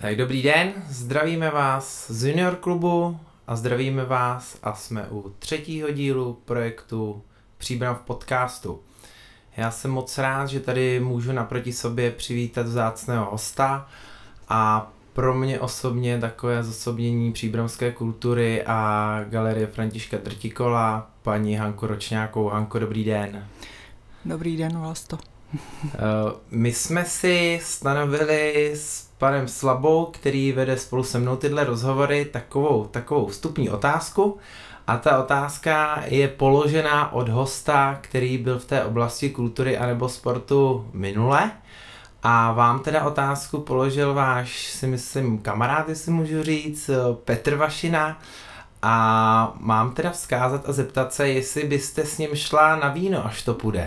Tak dobrý den, zdravíme vás z Junior klubu a zdravíme vás a jsme u 3. dílu projektu Příbram v podcastu. Já jsem moc rád, že tady můžu naproti sobě přivítat vzácného hosta a pro mě osobně takové zosobnění příbramské kultury a galerie Františka Drtikola, paní Hanku Ročňákovou. Hanko, dobrý den. Dobrý den, Vlasto. My jsme si stanovili s panem Slabou, který vede spolu se mnou tyhle rozhovory, takovou vstupní otázku a ta otázka je položená od hosta, který byl v té oblasti kultury anebo sportu minule a vám teda otázku položil váš, si myslím, kamarád, jestli můžu říct, Petr Vašina a mám teda vzkázat a zeptat se, jestli byste s ním šla na víno, až to půjde.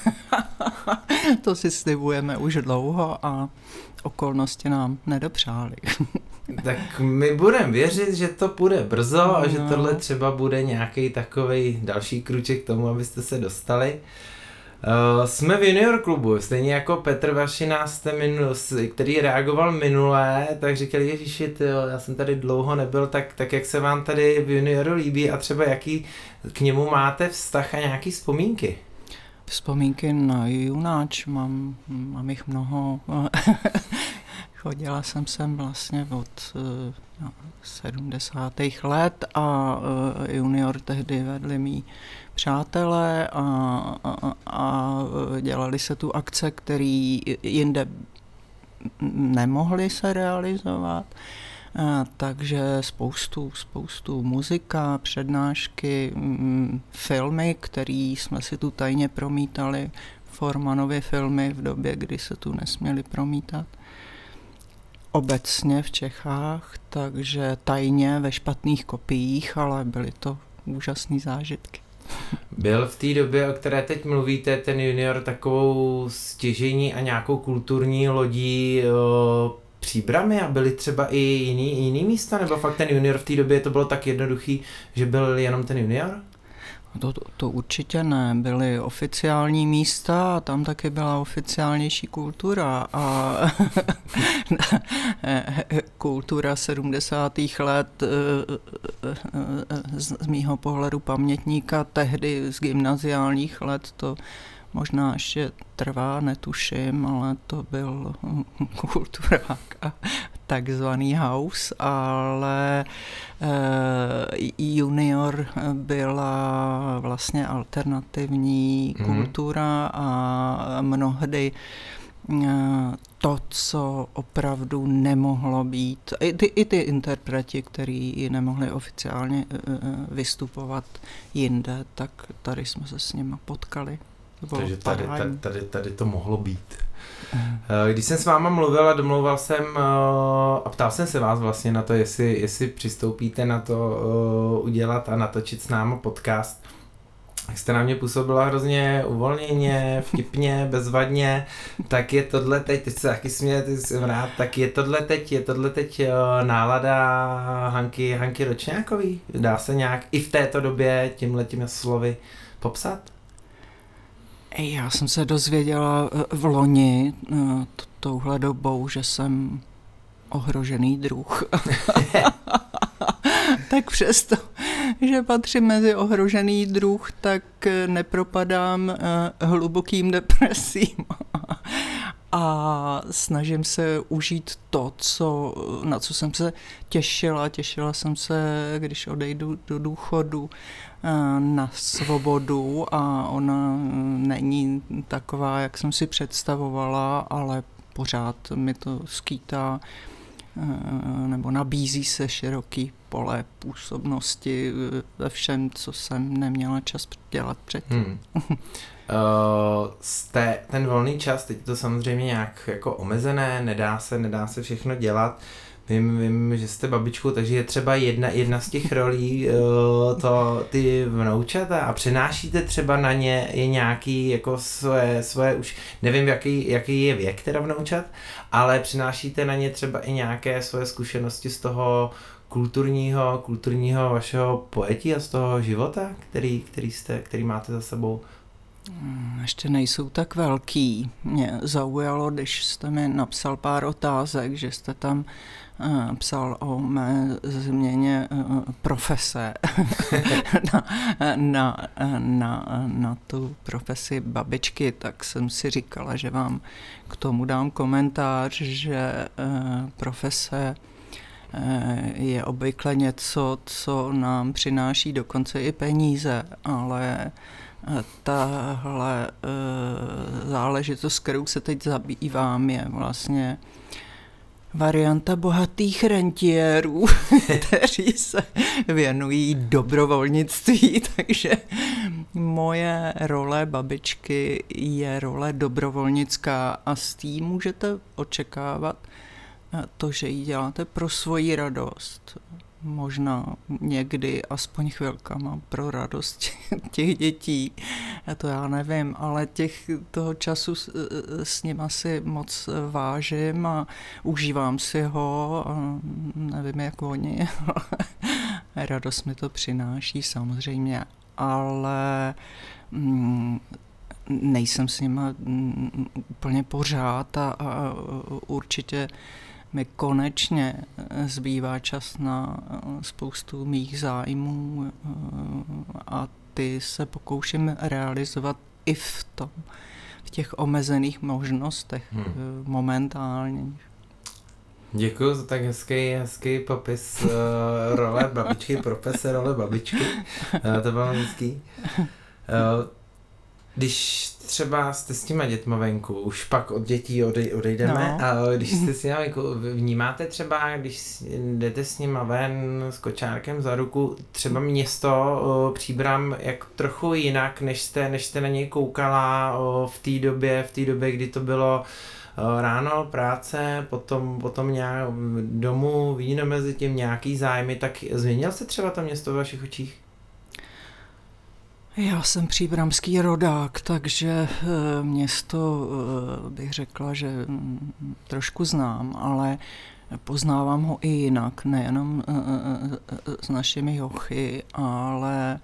To si slibujeme už dlouho a okolnosti nám nedopřály. Tak my budeme věřit, že to půjde brzo a že tohle třeba bude nějaký takovej další kruček k tomu, abyste se dostali. Jsme v Junior klubu, stejně jako Petr Vašina, který reagoval minule, tak říkal, ježiši, já jsem tady dlouho nebyl, tak jak se vám tady v Junioru líbí a třeba jaký k němu máte vztah a nějaký vzpomínky? Vzpomínky na Junáč, mám jich mnoho. Chodila jsem sem vlastně od 70. let a Junior tehdy vedli mý přátelé a dělali se tu akce, které jinde nemohly se realizovat. Takže spoustu muzika, přednášky, filmy, které jsme si tu tajně promítali, Formanovy filmy v době, kdy se tu nesměly promítat. Obecně v Čechách, takže tajně ve špatných kopiích, ale byly to úžasné zážitky. Byl v té době, o které teď mluvíte, ten Junior takovou stěžejní a nějakou kulturní lodí Příbramy a byly třeba i jiný místa, nebo fakt ten Junior v té době to bylo tak jednoduchý, že byl jenom ten Junior? To určitě ne, byly oficiální místa a tam taky byla oficiálnější kultura a kultura 70. let z mýho pohledu pamětníka tehdy z gymnaziálních let to možná ještě trvá, netuším, ale to byl kulturák a takzvaný house, ale Junior byla vlastně alternativní kultura a mnohdy to, co opravdu nemohlo být, i ty interpreti, kteří nemohli oficiálně vystupovat jinde, tak tady jsme se s nimi potkali. Takže tady to mohlo být. Když jsem s váma mluvil a domlouval jsem a ptal jsem se vás vlastně na to, jestli přistoupíte na to udělat a natočit s námi podcast, tak jste na mě působila hrozně uvolněně, vtipně, bezvadně, tak je tohle teď se taky smějete, jsem rád, tak je tohle teď nálada Hanky Ročňákový? Dá se nějak i v této době tímhletím slovy popsat? Já jsem se dozvěděla v loni touhle dobou, že jsem ohrožený druh. Tak přesto, že patřím mezi ohrožený druh, tak nepropadám hlubokým depresím. A snažím se užít to, na co jsem se těšila. Těšila jsem se, když odejdu do důchodu, na svobodu a ona není taková, jak jsem si představovala, ale pořád mi to skýtá nebo nabízí se široký pole působnosti ve všem, co jsem neměla čas dělat předtím. Ten volný čas, teď je to samozřejmě nějak jako omezené, nedá se všechno dělat. Vím, že jste babičkou, takže je třeba jedna z těch rolí ty vnoučata a přenášíte třeba na ně je nějaký jako svoje už, nevím jaký je věk teda vnoučat, ale přenášíte na ně třeba i nějaké svoje zkušenosti z toho kulturního vašeho pojetí a z toho života, který máte za sebou? Ještě nejsou tak velký. Mě zaujalo, když jste mi napsal pár otázek, že jste tam psal o mé změně profese na tu profesi babičky, tak jsem si říkala, že vám k tomu dám komentář, že profese je obvykle něco, co nám přináší dokonce i peníze, ale tahle záležitost, kterou se teď zabývám, je vlastně varianta bohatých rentiérů, kteří se věnují dobrovolnictví, takže moje role babičky je role dobrovolnická a s tím můžete očekávat to, že ji děláte pro svoji radost. Možná někdy aspoň chvilkama pro radost těch dětí, to já nevím, ale toho času s ním asi moc vážím a užívám si ho, a nevím jak oni, radost mi to přináší samozřejmě, ale nejsem s nima úplně pořád a určitě mi konečně zbývá čas na spoustu mých zájmů a ty se pokouším realizovat i v těch omezených možnostech momentálně. Děkuji za tak hezký popis role babičky, profese role babičky. To bylo hezký. Když třeba jste s těma dětma venku, už pak od dětí odejdeme, no. A když jste s těma venku, vnímáte třeba, když jdete s nima ven s kočárkem za ruku, třeba město Příbram jak trochu jinak, než jste na něj koukala v té době, kdy to bylo ráno, práce, potom nějak domů, víno mezi tím, nějaký zájmy, tak změnil se třeba to město v vašich očích? Já jsem příbramský rodák, takže město bych řekla, že trošku znám, ale poznávám ho i jinak, nejenom s našimi jochy, ale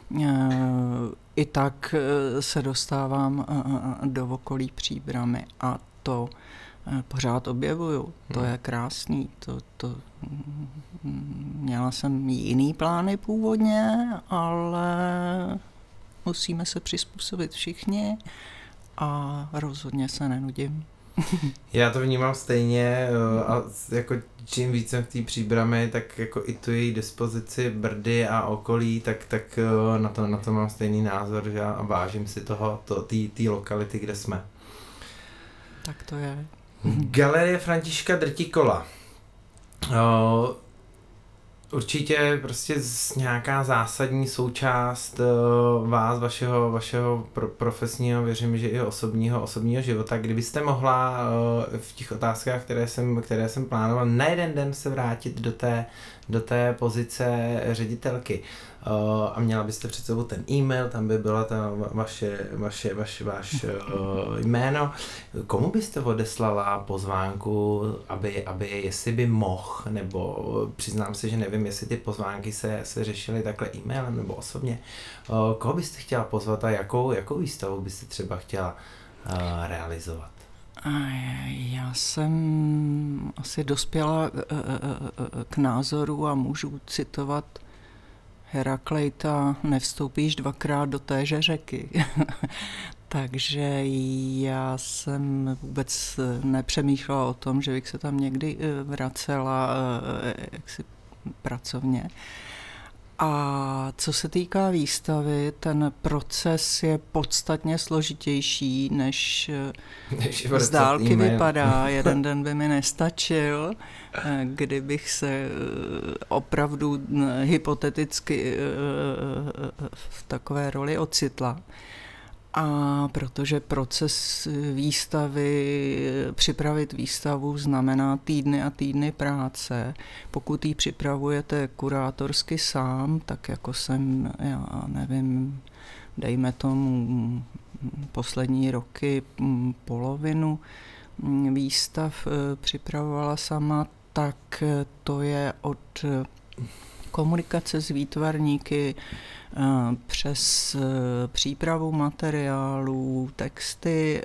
i tak se dostávám do okolí Příbramy a to pořád objevuju. To je krásný. Měla jsem jiný plány původně, ale musíme se přizpůsobit všichni a rozhodně se nenudím. Já to vnímám stejně a jako čím víc jsem v té Příbrami, tak jako i tu její dispozici Brdy a okolí, tak na to mám stejný názor, že a vážím si té lokality, kde jsme. Tak to je. Galerie Františka Drtikola. Určitě prostě nějaká zásadní součást vás, vašeho profesního, věřím, že i osobního života. Kdybyste mohla v těch otázkách, které jsem plánoval, na jeden den se vrátit do té pozice ředitelky a měla byste před sebou ten e-mail, tam by byla ta váš jméno. Komu byste odeslala pozvánku, aby jestli by mohl, nebo přiznám se, že nevím, jestli ty pozvánky se řešily takhle e-mailem nebo osobně. Koho byste chtěla pozvat a jakou výstavu byste třeba chtěla realizovat? Já jsem asi dospěla k názoru a můžu citovat Heraklejta, nevstoupíš dvakrát do téže řeky. Takže já jsem vůbec nepřemýšlela o tom, že bych se tam někdy vracela jaksi pracovně. A co se týká výstavy, ten proces je podstatně složitější, než z dálky vypadá. Jeden den by mi nestačil, kdybych se opravdu hypoteticky v takové roli ocitla. A protože proces výstavy, připravit výstavu znamená týdny a týdny práce. Pokud ji připravujete kurátorsky sám, tak jako jsem, já nevím, dejme tomu poslední roky polovinu výstav připravovala sama, tak to je od komunikace s výtvarníky, přes přípravu materiálů, texty,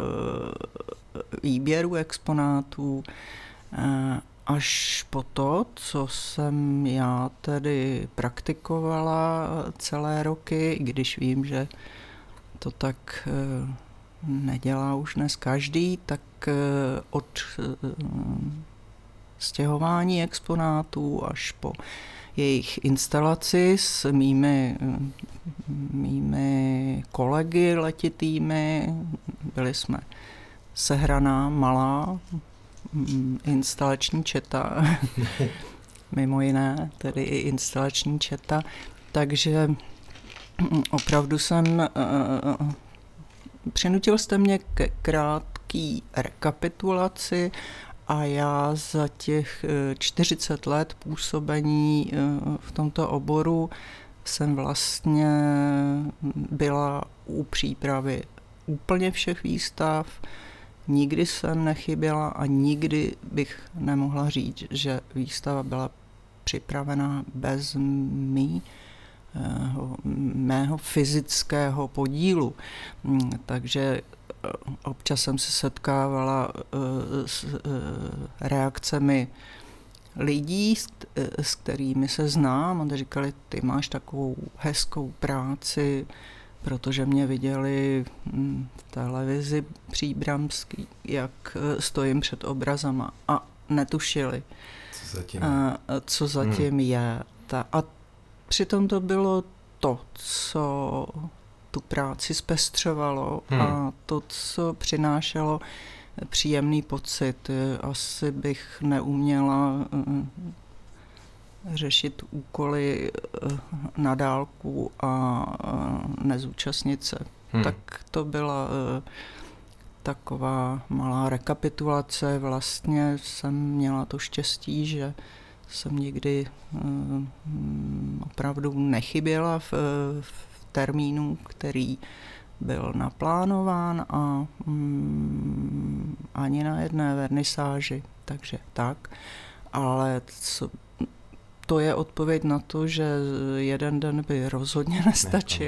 výběru exponátů, až po to, co jsem já tedy praktikovala celé roky, i když vím, že to tak nedělá už dnes každý, tak od stěhování exponátů až po jejich instalaci s mými kolegy letitými. Byli jsme sehraná malá instalační četa, mimo jiné, tedy i instalační četa, takže opravdu přinutil jste mě ke krátký rekapitulaci a já za těch 40 let působení v tomto oboru jsem vlastně byla u přípravy úplně všech výstav. Nikdy jsem nechyběla a nikdy bych nemohla říct, že výstava byla připravená bez mého fyzického podílu. Takže občas jsem se setkávala s reakcemi lidí, s kterými se znám, a říkali, ty máš takovou hezkou práci, protože mě viděli v televizi příbramský, jak stojím před obrazama a netušili, co zatím je. A přitom to bylo to, co tu práci zpestřovalo a to, co přinášelo příjemný pocit. Asi bych neuměla řešit úkoly na dálku a nezúčastnit se. Tak to byla taková malá rekapitulace. Vlastně jsem měla to štěstí, že jsem nikdy opravdu nechyběla v termínu, který byl naplánován a ani na jedné vernisáži, takže tak. Ale to je odpověď na to, že jeden den by rozhodně nestačil.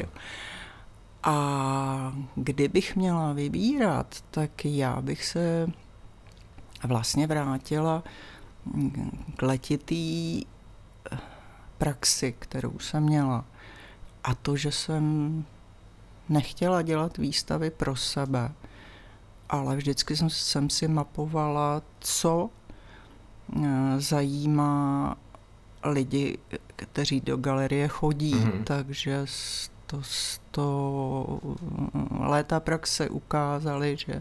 A kdybych měla vybírat, tak já bych se vlastně vrátila k letitý praxi, kterou jsem měla. A to, že jsem nechtěla dělat výstavy pro sebe, ale vždycky jsem si mapovala, co zajímá lidi, kteří do galerie chodí. Takže to léta praxe ukázaly, že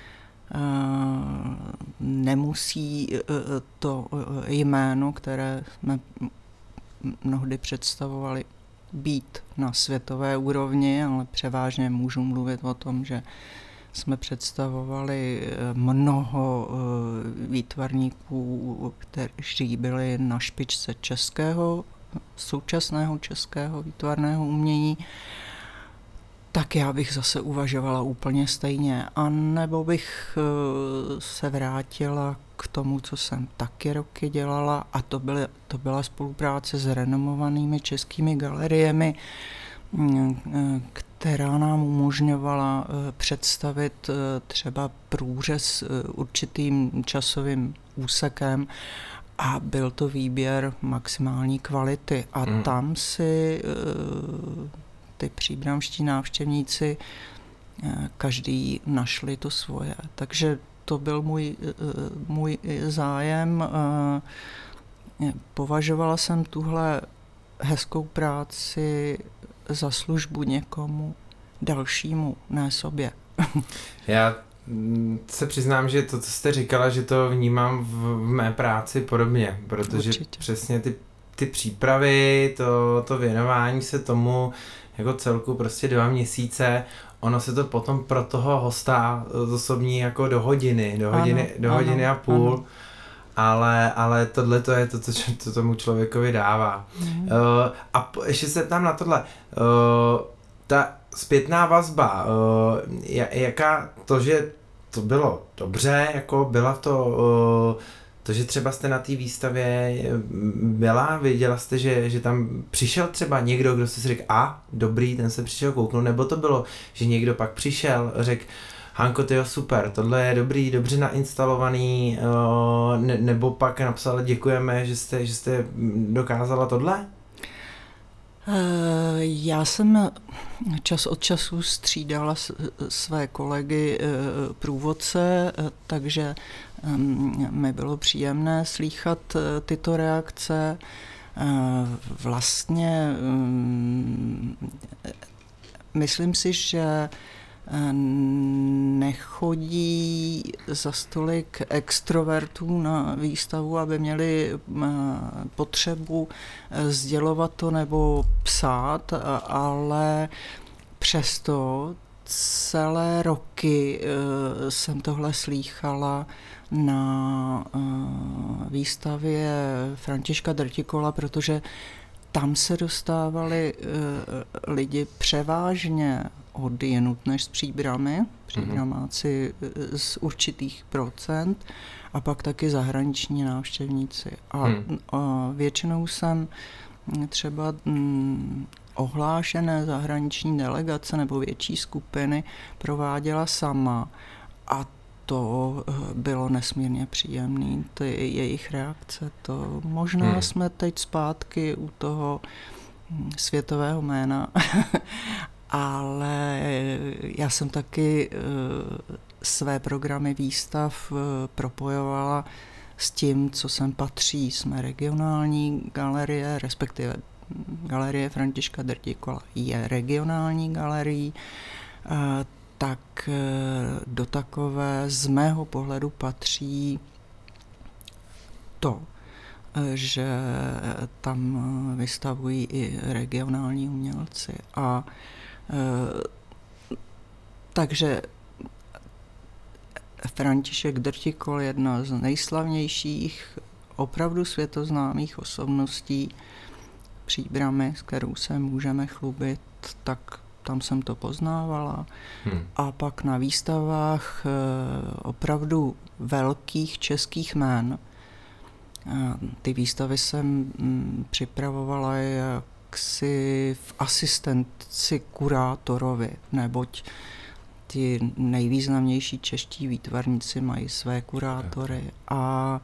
nemusí to jméno, které jsme mnohdy představovali, být na světové úrovni, ale převážně můžu mluvit o tom, že jsme představovali mnoho výtvarníků, kteří byli na špičce současného českého výtvarného umění, tak já bych zase uvažovala úplně stejně. A nebo bych se vrátila k tomu, co jsem taky roky dělala, a to byla spolupráce s renomovanými českými galeriemi, která nám umožňovala představit třeba průřez určitým časovým úsekem a byl to výběr maximální kvality. A tam si ty příbramští návštěvníci každý našli to svoje. Takže to byl můj zájem. Považovala jsem tuhle hezkou práci za službu někomu dalšímu, ne sobě. Já se přiznám, že to, co jste říkala, že to vnímám v mé práci podobně, protože určitě. Přesně ty přípravy, to věnování se tomu jako celku prostě 2 měsíce, ono se to potom pro toho hosta osobní jako do hodiny a půl, ano. Ale tohle to je to, co tomu člověkovi dává. A ještě se tam na tohle, ta zpětná vazba, jaká to, že to bylo dobře, jako byla to To, že třeba jste na té výstavě byla, věděla jste, že tam přišel třeba někdo, kdo jste si řekl, dobrý, ten se přišel kouknout, nebo to bylo, že někdo pak přišel, řekl, Hanko, tyjo, super, tohle je dobrý, dobře nainstalovaný, nebo pak napsal, děkujeme, že jste dokázala tohle? Já jsem čas od času střídala své kolegy průvodce, takže mi bylo příjemné slýchat tyto reakce. Vlastně myslím si, že nechodí za stolik extrovertů na výstavu, aby měli potřebu sdělovat to nebo psát, ale přesto celé roky jsem tohle slýchala na výstavě Františka Drtikola, protože tam se dostávali lidi převážně odjinud než z Příbrami, příbramáci z určitých procent a pak taky zahraniční návštěvníci. A většinou jsem třeba ohlášené zahraniční delegace nebo větší skupiny prováděla sama a to bylo nesmírně příjemné, ty jejich reakce. To možná jsme teď zpátky u toho světového jména, ale já jsem taky své programy výstav propojovala s tím, co sem patří. Jsme regionální galerie, respektive galerie Františka Drtikola je regionální galerií, tak do takové z mého pohledu patří to, že tam vystavují i regionální umělci. A takže František Drtikol je jedna z nejslavnějších, opravdu světoznámých osobností Příbrami, s kterou se můžeme chlubit, tak tam jsem to poznávala. A pak na výstavách opravdu velkých českých jmén. Ty výstavy jsem připravovala jaksi v asistenci kurátorovi, neboť ti nejvýznamnější čeští výtvarníci mají své kurátory a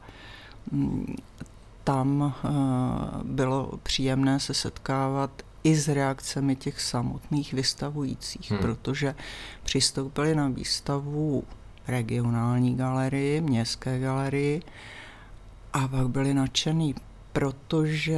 tam bylo příjemné se setkávat i s reakcemi těch samotných vystavujících, protože přistoupili na výstavu regionální galerii, městské galerii a pak byli nadšený, protože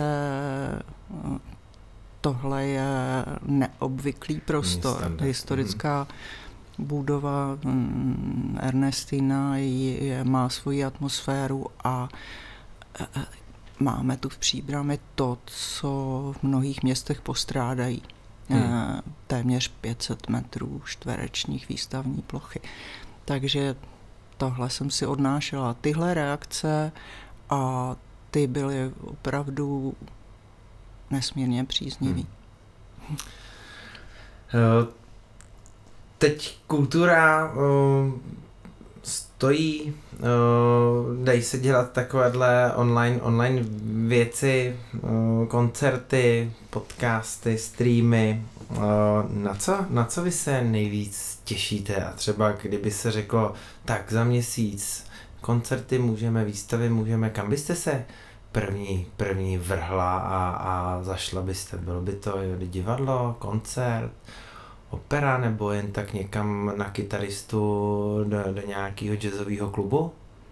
tohle je neobvyklý prostor. Historická budova Ernestina má svoji atmosféru a máme tu v Příbrami to, co v mnohých městech postrádají. Téměř 500 metrů čtverečních výstavní plochy. Takže tohle jsem si odnášela. Tyhle reakce a ty byly opravdu nesmírně příznivý. Teď kultura stojí, dají se dělat takovéhle online věci, koncerty, podcasty, streamy. Na co vy se nejvíc těšíte? A třeba kdyby se řeklo, tak za měsíc koncerty můžeme, výstavy můžeme, kam byste se první vrhla a zašla byste? Bylo by to divadlo, koncert, opera nebo jen tak někam na kytaristu do nějakého jazzového klubu?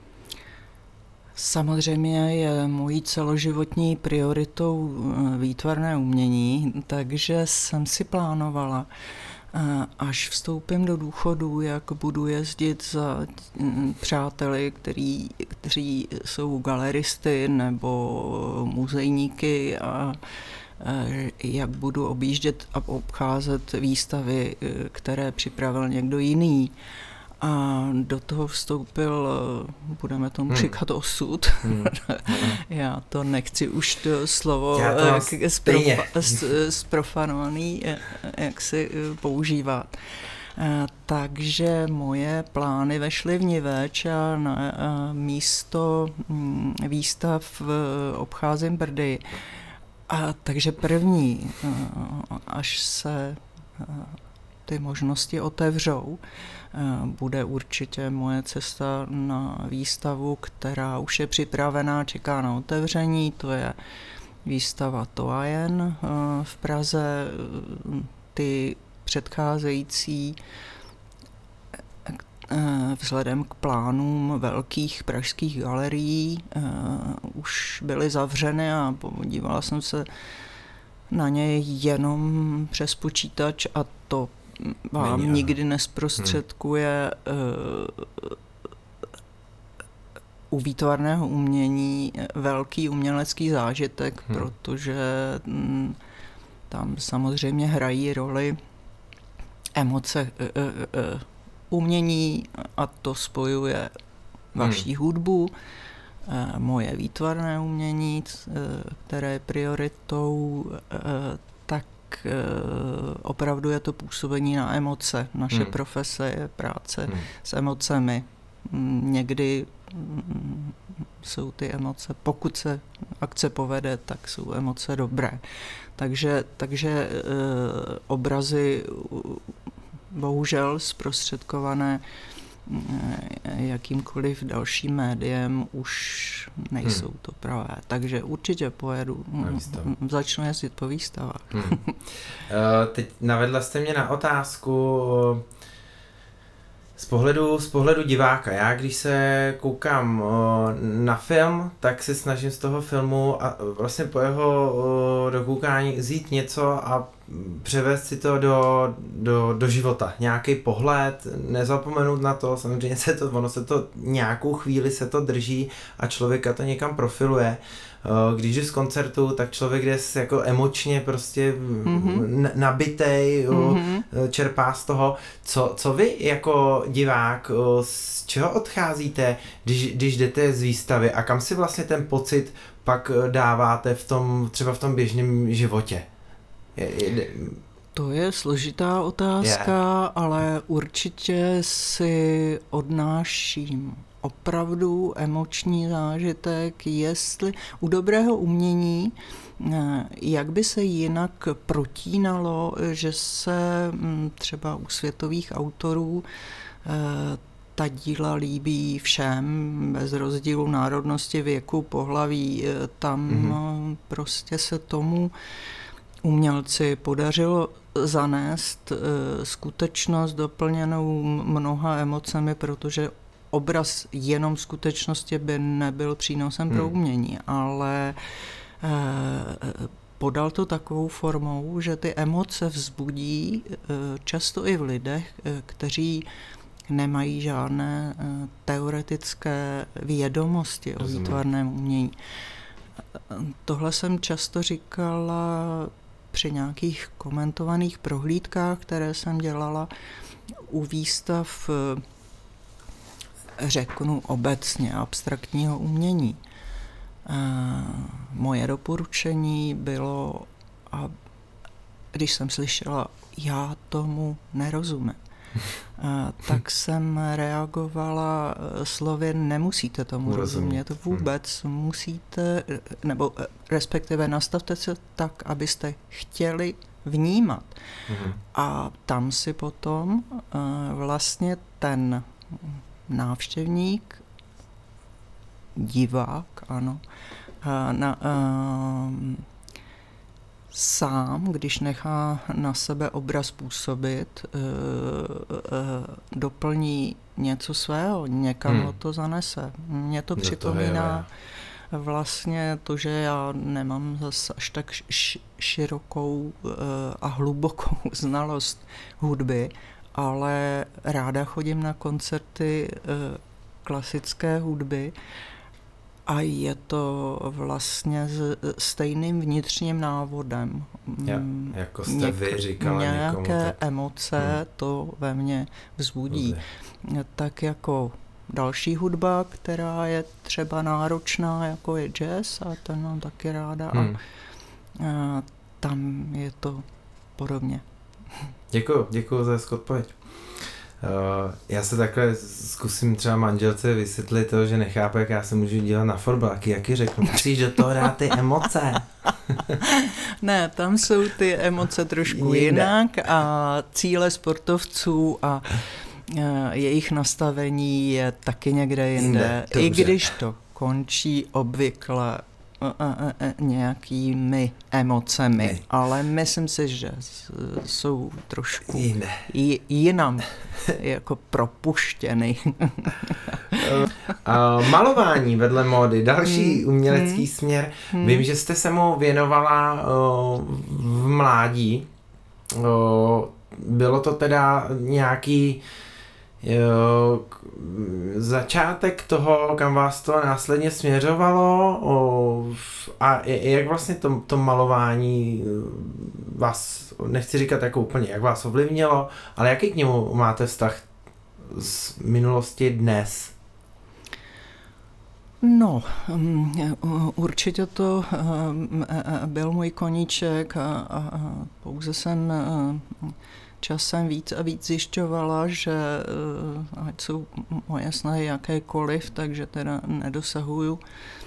Samozřejmě je mojí celoživotní prioritou výtvarné umění, takže jsem si plánovala, až vstoupím do důchodu, jak budu jezdit za přáteli, kteří jsou galeristy nebo muzejníky a jak budu objíždět a obcházet výstavy, které připravil někdo jiný. A do toho vstoupil, budeme tomu říkat, osud. Já to nechci už to slovo zprofanovaný, jak si používat. Takže moje plány vešly vniveč a místo výstav obcházím Brdy. Takže první, až se ty možnosti otevřou, bude určitě moje cesta na výstavu, která už je připravená, čeká na otevření, to je výstava Toajen v Praze. Ty předcházející vzhledem k plánům velkých pražských galerií už byly zavřeny a podívala jsem se na ně jenom přes počítač a to vám nikdy nezprostředkuje u výtvarného umění velký umělecký zážitek, protože tam samozřejmě hrají roli emoce umění a to spojuje vaší hudbu, moje výtvarné umění, které je prioritou, tak opravdu je to působení na emoce. Naše profese je práce s emocemi. Někdy jsou ty emoce, pokud se akce povede, tak jsou emoce dobré. Takže obrazy bohužel zprostředkované jakýmkoliv dalším médiem už nejsou to pravé. Takže určitě pojedu, začnu jezdit po výstavách. Teď navedla jste mě na otázku z pohledu diváka. Já když se koukám na film, tak se snažím z toho filmu a vlastně po jeho dokoukání vzít něco a převést si to do života. Nějaký pohled, nezapomenout na to, samozřejmě ono se to nějakou chvíli se to drží a člověka to někam profiluje. Když jde z koncertu, tak člověk jde jako emočně prostě nabitej, čerpá z toho. Co vy jako divák, z čeho odcházíte, když jdete z výstavy a kam si vlastně ten pocit pak dáváte třeba v tom běžném životě? To je složitá otázka, ale určitě si odnáším opravdu emoční zážitek, jestli u dobrého umění, jak by se jinak protínalo, že se třeba u světových autorů ta díla líbí všem, bez rozdílu národnosti, věku, pohlaví, tam prostě se tomu umělci podařilo zanést skutečnost doplněnou mnoha emocemi, protože obraz jenom skutečnosti by nebyl přínosem pro umění, ale podal to takovou formou, že ty emoce vzbudí často i v lidech, kteří nemají žádné teoretické vědomosti o výtvarném umění. Tohle jsem často říkala při nějakých komentovaných prohlídkách, které jsem dělala u výstav, řeknu obecně, abstraktního umění. Moje doporučení bylo, a když jsem slyšela, já tomu nerozumím, tak jsem reagovala slovy, nemusíte tomu rozumět, vůbec musíte, nebo respektive nastavte se tak, abyste chtěli vnímat. A tam si potom vlastně ten návštěvník, divák, ano, sám, když nechá na sebe obraz působit, doplní něco svého, někam ho to zanese. Mně to připomíná vlastně to, že já nemám zase až tak širokou a hlubokou znalost hudby, ale ráda chodím na koncerty klasické hudby a je to vlastně s stejným vnitřním návodem. Jako jste vy říkala nějaké někomu, tak emoce to ve mně vzbudí. Tak jako další hudba, která je třeba náročná, jako je jazz, a ten mám taky ráda. A tam je to podobně. Děkuju za hezkou odpověď. Já se takhle zkusím třeba manželce vysvětlit to, že nechápu, jak já se můžu dívat na fotbal. Jaký řeknu, musíš do toho dát ty emoce. Ne, tam jsou ty emoce trošku jinak a cíle sportovců a jejich nastavení je taky někde jinde. I když to končí obvykle nějakými emocemi, ale myslím si, že jsou trošku jinam jako propuštěny. Malování vedle módy, další umělecký směr. Vím, že jste se mu věnovala v mládí. Bylo to teda nějaký začátek toho, kam vás to následně směřovalo a jak vlastně to malování vás, nechci říkat jako úplně, jak vás ovlivnilo, ale jaký k němu máte vztah z minulosti dnes? No, určitě to byl můj koníček a pouze jsem časem víc a víc zjišťovala, že ať jsou moje snahy jakékoliv, takže teda nedosahuju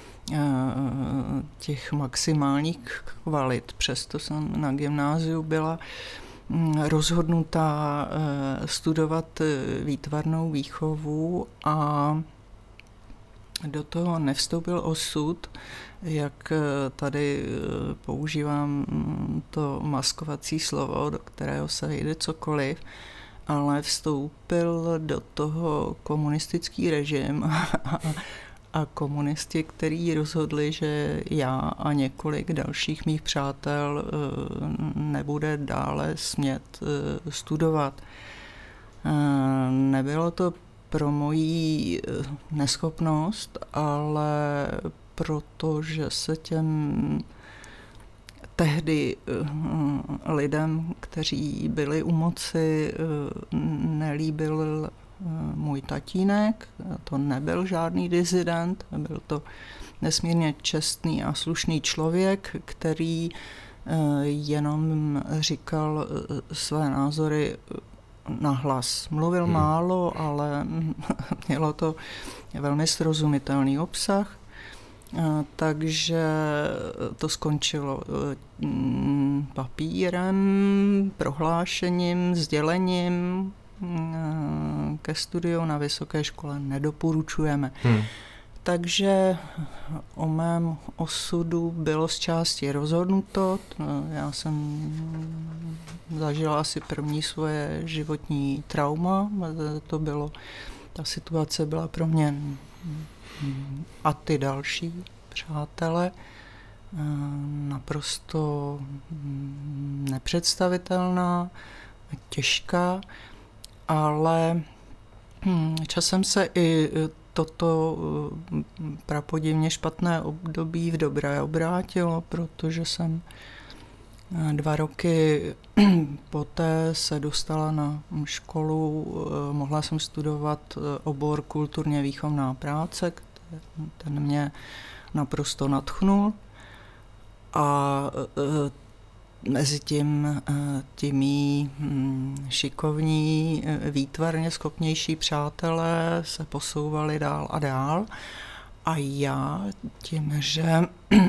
těch maximálních kvalit. Přesto jsem na gymnáziu byla rozhodnutá studovat výtvarnou výchovu a do toho nevstoupil osud, jak tady používám to maskovací slovo, do kterého se jde cokoliv, ale vstoupil do toho komunistický režim a komunisti, kteří rozhodli, že já a několik dalších mých přátel nebude dále smět studovat. Nebylo to pro moji neschopnost, ale protože se těm tehdy lidem, kteří byli u moci, nelíbil můj tatínek. To nebyl žádný disident, byl to nesmírně čestný a slušný člověk, který jenom říkal své názory nahlas. Mluvil málo, ale mělo to velmi srozumitelný obsah, takže to skončilo papírem, prohlášením, sdělením. Ke studiu na vysoké škole nedoporučujeme. Takže o mém osudu bylo z části rozhodnuto. Já jsem zažila asi první svoje životní trauma. Ta situace byla pro mě a ty další přátelé naprosto nepředstavitelná, těžká, ale časem se i toto prapodivně špatné období v dobré obrátilo, protože jsem 2 roky poté se dostala na školu, mohla jsem studovat obor kulturně výchovná práce, ten mě naprosto nadchnul a mezi tím ti mý šikovní, výtvarně schopnější přátelé se posouvali dál a dál a já tím, že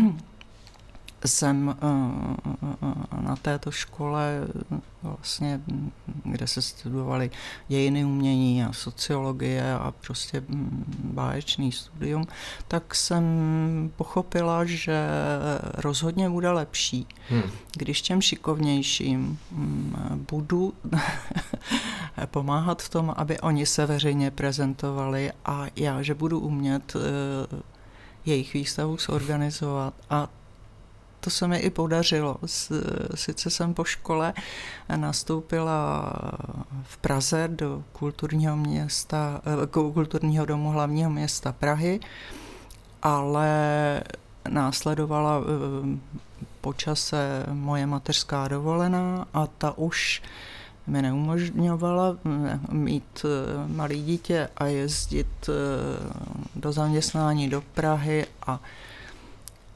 jsem na této škole, vlastně, kde se studovaly dějiny umění a sociologie a prostě báječný studium, tak jsem pochopila, že rozhodně bude lepší, když těm šikovnějším budu pomáhat v tom, aby oni se veřejně prezentovali a já, že budu umět jejich výstavu zorganizovat. A to se mi i podařilo. Sice jsem po škole nastoupila v Praze do kulturního domu hlavního města Prahy, ale následovala po čase moje mateřská dovolená a ta už mi neumožňovala mít malé dítě a jezdit do zaměstnání do Prahy a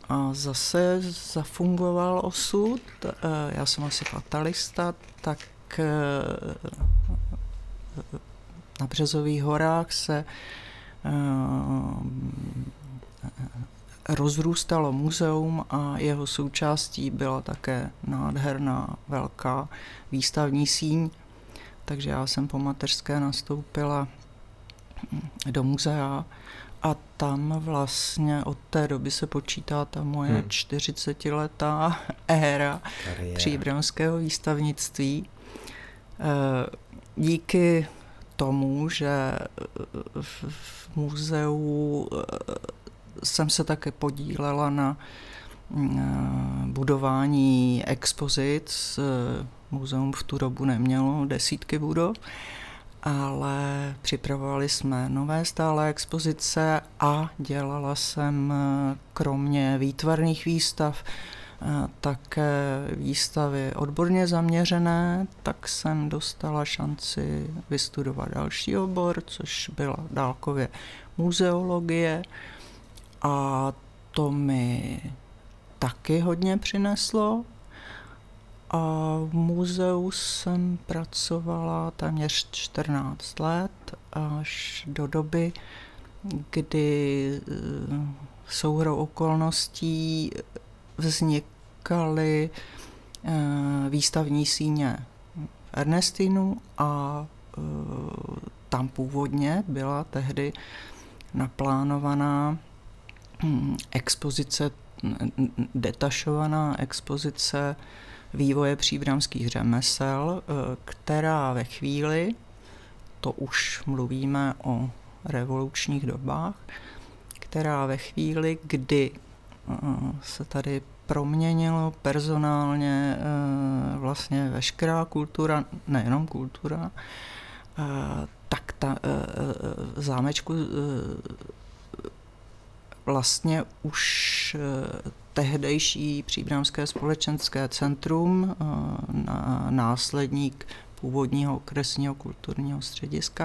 zase zafungoval osud. Já jsem asi fatalista, tak na Březových horách se rozrůstalo muzeum a jeho součástí byla také nádherná velká výstavní síň. Takže já jsem po mateřské nastoupila do muzea a tam vlastně od té doby se počítá ta moje 40letá éra příbramského výstavnictví. Díky tomu, že v muzeu jsem se také podílela na budování expozic. Muzeum v tu dobu nemělo desítky budov, ale připravovali jsme nové stálé expozice a dělala jsem kromě výtvarných výstav také výstavy odborně zaměřené, tak jsem dostala šanci vystudovat další obor, což byla dálkově muzeologie a to mi taky hodně přineslo. A v muzeu jsem pracovala téměř 14 let až do doby, kdy souhrou okolností vznikaly výstavní síně v Ernestinu a tam původně byla tehdy naplánovaná expozice, detašovaná expozice vývoje příbramských řemesel, která ve chvíli, to už mluvíme o revolučních dobách, která ve chvíli, kdy se tady proměnilo personálně vlastně veškerá kultura, nejenom kultura, tak ta zámečku vlastně už tehdejší Příbramské společenské centrum, následník původního okresního kulturního střediska,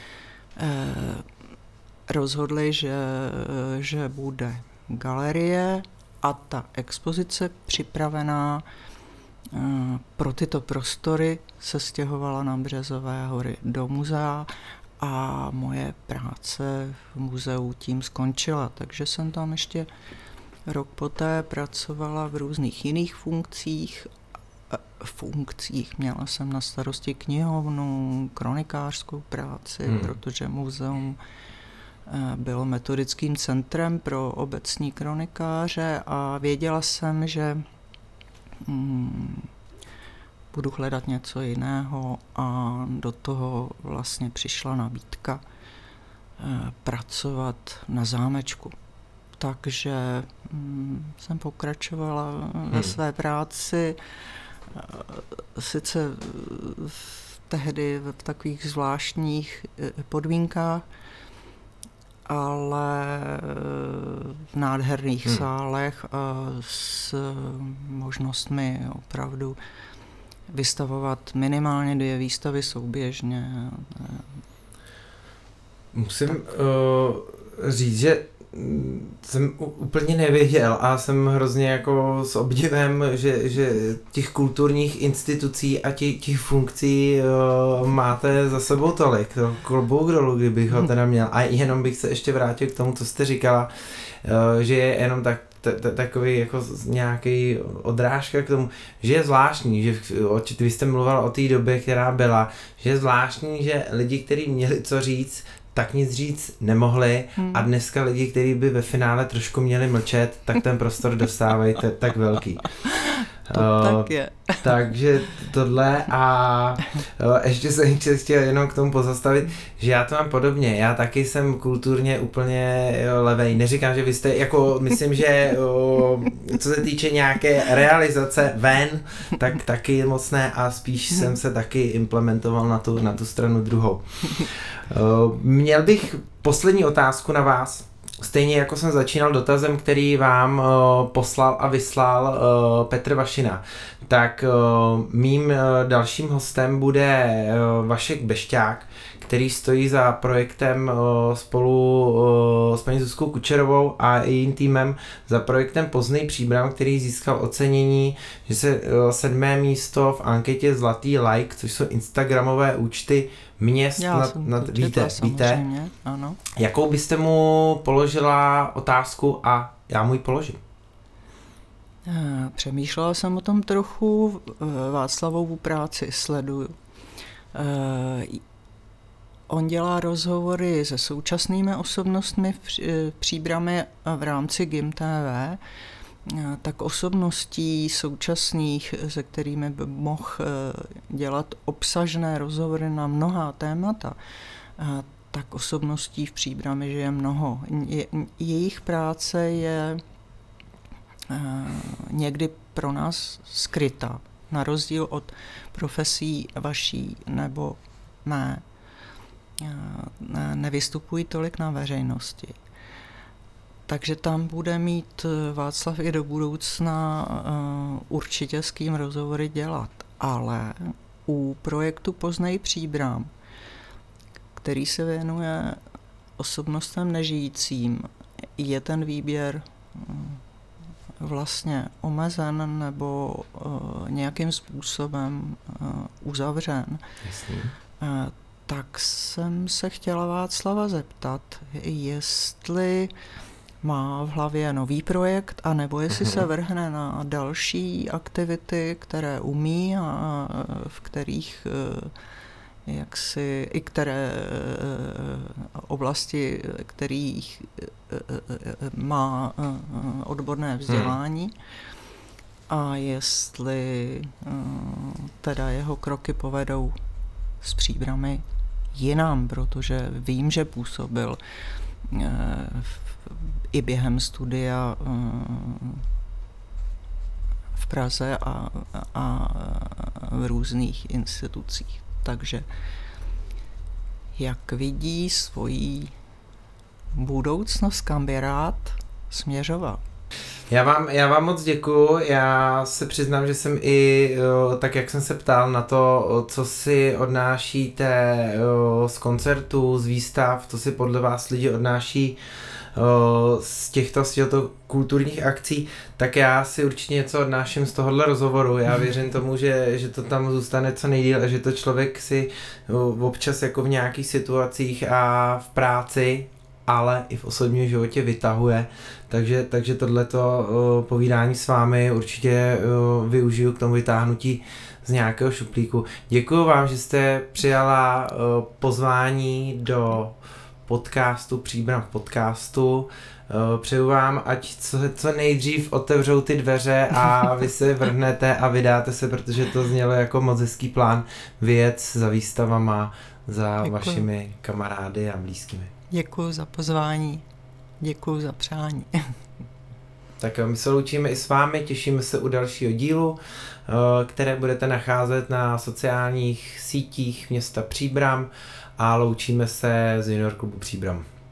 rozhodli, že bude galerie a ta expozice připravená pro tyto prostory se stěhovala na Březové hory do muzea a moje práce v muzeu tím skončila, takže jsem tam ještě rok poté pracovala v různých jiných funkcích. Měla jsem na starosti knihovnu, kronikářskou práci, protože muzeum bylo metodickým centrem pro obecní kronikáře a věděla jsem, že budu hledat něco jiného a do toho vlastně přišla nabídka pracovat na zámečku. Takže jsem pokračovala ve své práci, sice tehdy v takových zvláštních podmínkách, ale v nádherných sálech a s možnostmi opravdu vystavovat minimálně 2 výstavy souběžně. Musím říct, že jsem úplně nevěděl a jsem hrozně jako s obdivem, že těch kulturních institucí a těch funkcí máte za sebou tolik. Klobouk dolů, kdybych ho teda měl. A jenom bych se ještě vrátil k tomu, co jste říkala, že je jenom takový jako nějaký odrážka k tomu, že je zvláštní, že vy jste mluvila o té době, která byla, že je zvláštní, že lidi, kteří měli co říct, tak nic říct nemohli a dneska lidi, kteří by ve finále trošku měli mlčet, tak ten prostor dostávají tak velký. Tak je. Takže tohle a ještě jsem chtěl jenom k tomu pozastavit, že já to mám podobně, já taky jsem kulturně úplně levej, neříkám, že vy jste, jako myslím, že co se týče nějaké realizace ven, tak taky moc ne a spíš jsem se taky implementoval na tu stranu druhou. Měl bych poslední otázku na vás. stejně jako jsem začínal dotazem, který vám poslal a vyslal Petr Vašina, tak mým dalším hostem bude Vašek Bešťák, který stojí za projektem spolu s paní Zuzkou Kučerovou a jejím týmem za projektem Poznej Příbram, který získal ocenění, že se 7. místo v anketě Zlatý like, což jsou instagramové účty měst. Víte? Ano. Jakou byste mu položila otázku a já mu ji položím? Přemýšlela jsem o tom trochu, Václavovu práci sleduju. On dělá rozhovory se současnými osobnostmi v Příbrami v rámci GIM.tv, tak osobností současných, se kterými by mohl dělat obsažné rozhovory na mnohá témata, tak osobností v Příbrami je mnoho. Jejich práce je někdy pro nás skrytá, na rozdíl od profesí vaší nebo mé. Nevystupují tolik na veřejnosti. Takže tam bude mít Václav i do budoucna určitě s kým rozhovory dělat. Ale u projektu Poznej Příbram, který se věnuje osobnostem nežijícím, je ten výběr vlastně omezen nebo nějakým způsobem uzavřen. Jasně. Tak jsem se chtěla Václava zeptat, jestli má v hlavě nový projekt, anebo jestli se vrhne na další aktivity, které umí a v kterých i které oblasti, kterých má odborné vzdělání. A jestli teda jeho kroky povedou s Příbrami jinam, protože vím, že působil i během studia v Praze a v různých institucích. Takže jak vidí svoji budoucnost, kam by rád směřoval? Já vám moc děkuju, já se přiznám, že jsem i, tak jak jsem se ptal na to, co si odnášíte z koncertů, z výstav, co si podle vás lidi odnáší z těchto kulturních akcí, tak já si určitě něco odnáším z tohohle rozhovoru. Já věřím tomu, že to tam zůstane co nejdýl a že to člověk si občas jako v nějakých situacích a v práci, ale i v osobním životě vytahuje. Takže tohleto povídání s vámi určitě využiju k tomu vytáhnutí z nějakého šuplíku. Děkuju vám, že jste přijala pozvání do podcastu Příbram v podcastu. Přeju vám, ať co nejdřív otevřou ty dveře a vy se vrhnete a vydáte se, protože to znělo jako moc hezký plán vyjet za výstavama, za vašimi kamarády a blízkými. Děkuji za pozvání, děkuji za přání. Tak my se loučíme i s vámi, těšíme se u dalšího dílu, které budete nacházet na sociálních sítích města Příbram a loučíme se z Junior klubu Příbram.